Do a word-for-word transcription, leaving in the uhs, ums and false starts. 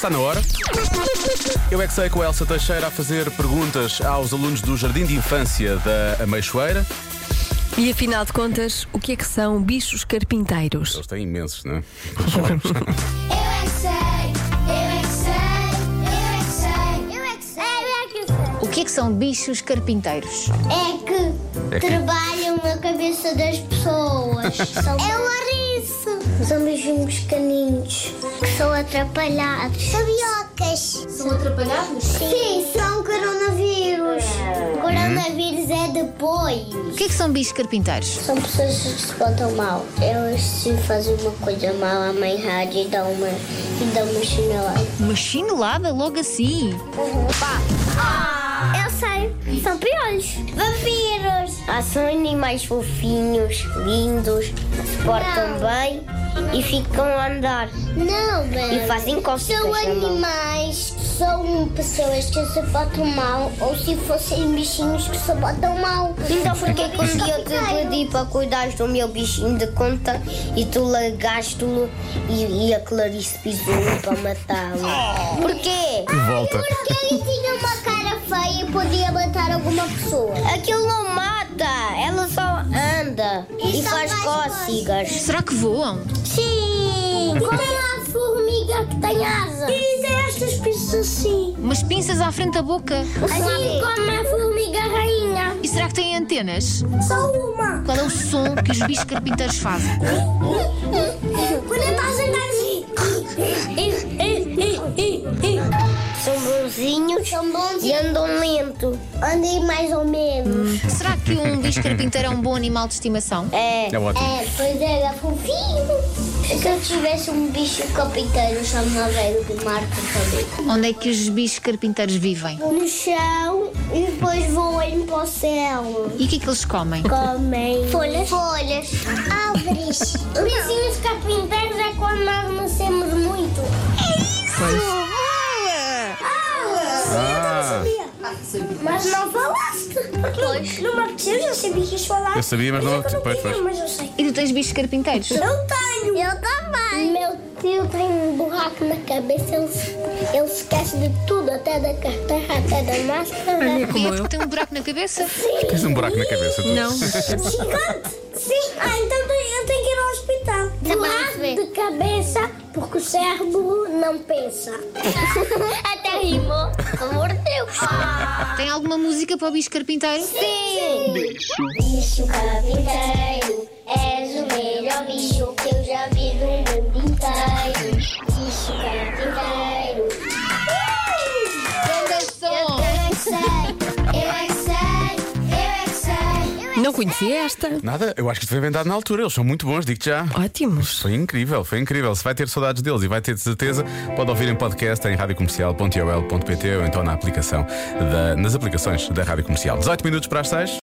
está na hora. Eu é que sei, com a Elsa Teixeira a fazer perguntas aos alunos do Jardim de Infância da Ameixoeira. E afinal de contas, o que é que são bichos carpinteiros? Eles têm imensos, não é? Eu é que sei, eu é que sei, eu é que sei, eu é que sei, eu é que sei. O que é que são bichos carpinteiros? É que É que- trabalham na cabeça das pessoas. São... É o ariço. São beijinhos pequeninos que são atrapalhados. Sabiocas. São atrapalhados? Sim, são coronavírus. Coronavírus é depois. O que é que são bichos carpinteiros? São pessoas que se portam mal. Elas se fazem uma coisa mal à mãe rádio e dão uma, e dão uma chinelada. Uma chinelada logo assim? Eu sei, são piolhos. Vampiros. Ah, são animais fofinhos, lindos, se portam bem e ficam a andar. Não, bem. E fazem cócegas. São animais, são pessoas que se portam mal, ou se fossem bichinhos que se portam mal. Então porquê que um dia eu te pedi para cuidares do meu bichinho de conta e tu largaste-lo e, e a Clarice pisou-o para matá-lo? Porquê? Volta. Porque ele tinha uma cara feia e podia matar alguma pessoa. Aquilo não mata, ela só anda e, faz cócegas. Será que voam? Sim! Como a formiga que tem asa. E tem estas pinças assim. Umas pinças à frente da boca? Assim como a formiga rainha. E será que têm antenas? Só uma. Qual é o som que os bichos carpinteiros fazem? Quando ele faz assim. São bonzinhos, São bonzinhos e andam lento. Andem mais ou menos. Será que um bicho carpinteiro é um bom animal de estimação? É. É ótimo. É, pois era fofinho. Se eu tivesse um bicho carpinteiro, eu chamava ele de Marco também. Onde é que os bichos carpinteiros vivem? No chão e depois voam para o céu. E o que é que eles comem? Comem folhas. Folhas. Árvores. Os bichinhos carpinteiros é quando nós nascemos muito. É isso! Ah, Mas não falaste. Pois. Não me apeteceu, já sabia que ias falar. Eu sabia, mas não é que eu pois, queria, pois. Mas eu sei. E tu tens bichos carpinteiros? Eu tenho. Eu também. Meu tio tem um buraco na cabeça. Ele, se- ele se esquece de tudo, até da carteira, até da máscara. Como eu? Tem um buraco na cabeça? tens um buraco na cabeça. Tu. Não. Gigante. Sim. Ah, então eu tenho que ir ao hospital. Buraco de cabeça, porque o cérebro não pensa. Até rimou. Pelo amor de Deus. Tem alguma música para o bicho carpinteiro? Sim! Bicho carpinteiro, és o melhor bicho que eu já vi no mundo inteiro. Bicho carpinteiro. Grande som! Eu é que sei, eu é que sei, eu é que sei. eu é Não conhecia esta. Nada, eu acho que isto foi inventado na altura. Eles são muito bons, digo-te já. Ótimos. Foi incrível, foi incrível. Se vai ter saudades deles e vai ter de certeza, pode ouvir em podcast em rádio comercial ponto i o l ponto p t ou então na aplicação da, nas aplicações da Rádio Comercial. dezoito minutos para as seis.